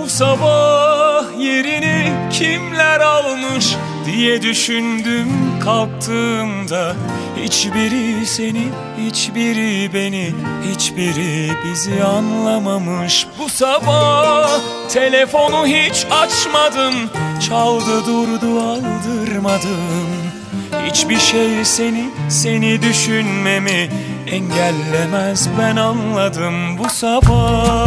Bu sabah yerini kimler almış diye düşündüm kalktığımda. Hiçbiri seni, hiçbiri beni, hiçbiri bizi anlamamış. Bu sabah telefonu hiç açmadım, çaldı durdu aldırmadım. Hiçbir şey seni düşünmemi engellemez, ben anladım bu sabah.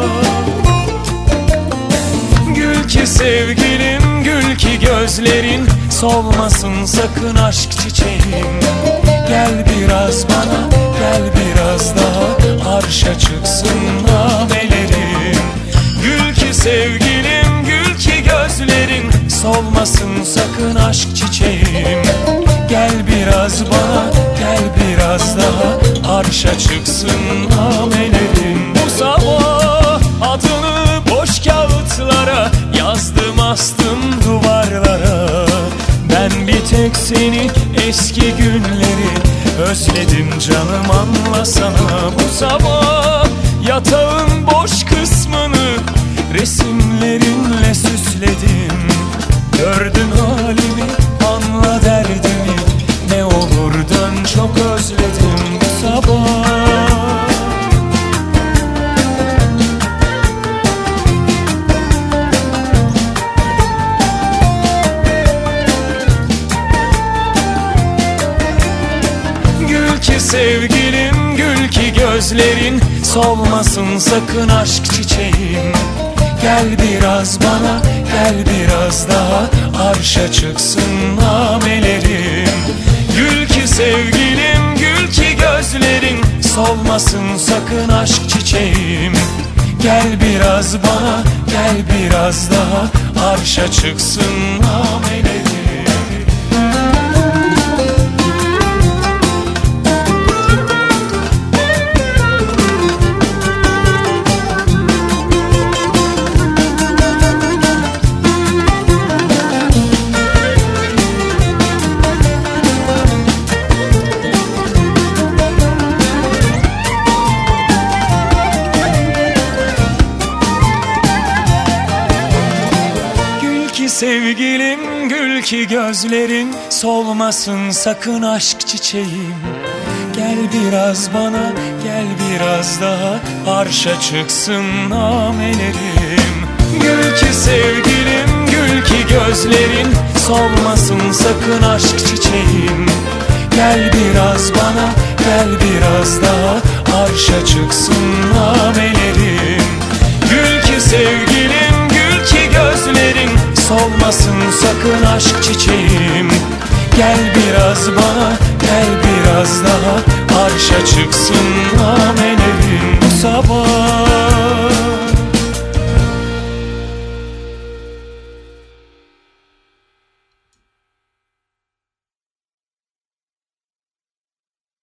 Gül ki sevgilim, gül ki gözlerin, solmasın sakın aşk çiçeğim. Gel biraz bana, gel biraz daha, arşa çıksın namelerim. Gül ki sevgilim, gül ki gözlerin, solmasın sakın aşk çiçeğim. Gel biraz bana, gel biraz daha, arşa çıksın namelerim. Bu sabah adını boş kağıtlara yazdım, astım duvarlara. Ben bir tek seni, eski günleri özledim canım, anlasana. Bu sabah yatağın boş kısmını resimlerinle süsledim. Gördün halimi, anla derdimi, ne olur dön, çok özledim bu sabah. Gül ki sevgilim, gül ki gözlerin, solmasın sakın aşk çiçeğim. Gel biraz bana, gel biraz daha, arşa çıksın namelerim. Gül ki sevgilim, gül ki gözlerin, solmasın sakın aşk çiçeğim. Gel biraz bana, gel biraz daha, arşa çıksın namelerim. Sevgilim, gül ki gözlerin, solmasın sakın aşk çiçeğim. Gel biraz bana, gel biraz daha, arşa çıksın namelerim. Gül ki sevgilim, gül ki gözlerin, solmasın sakın aşk çiçeğim. Gel biraz bana, gel biraz daha, arşa çıksın namelerim. Gül ki sevgilim, gül ki gözlerin, solmasın sakın aşk çiçeğim. Gel biraz bana, gel biraz daha, arşa çıksın namelerim bu sabah.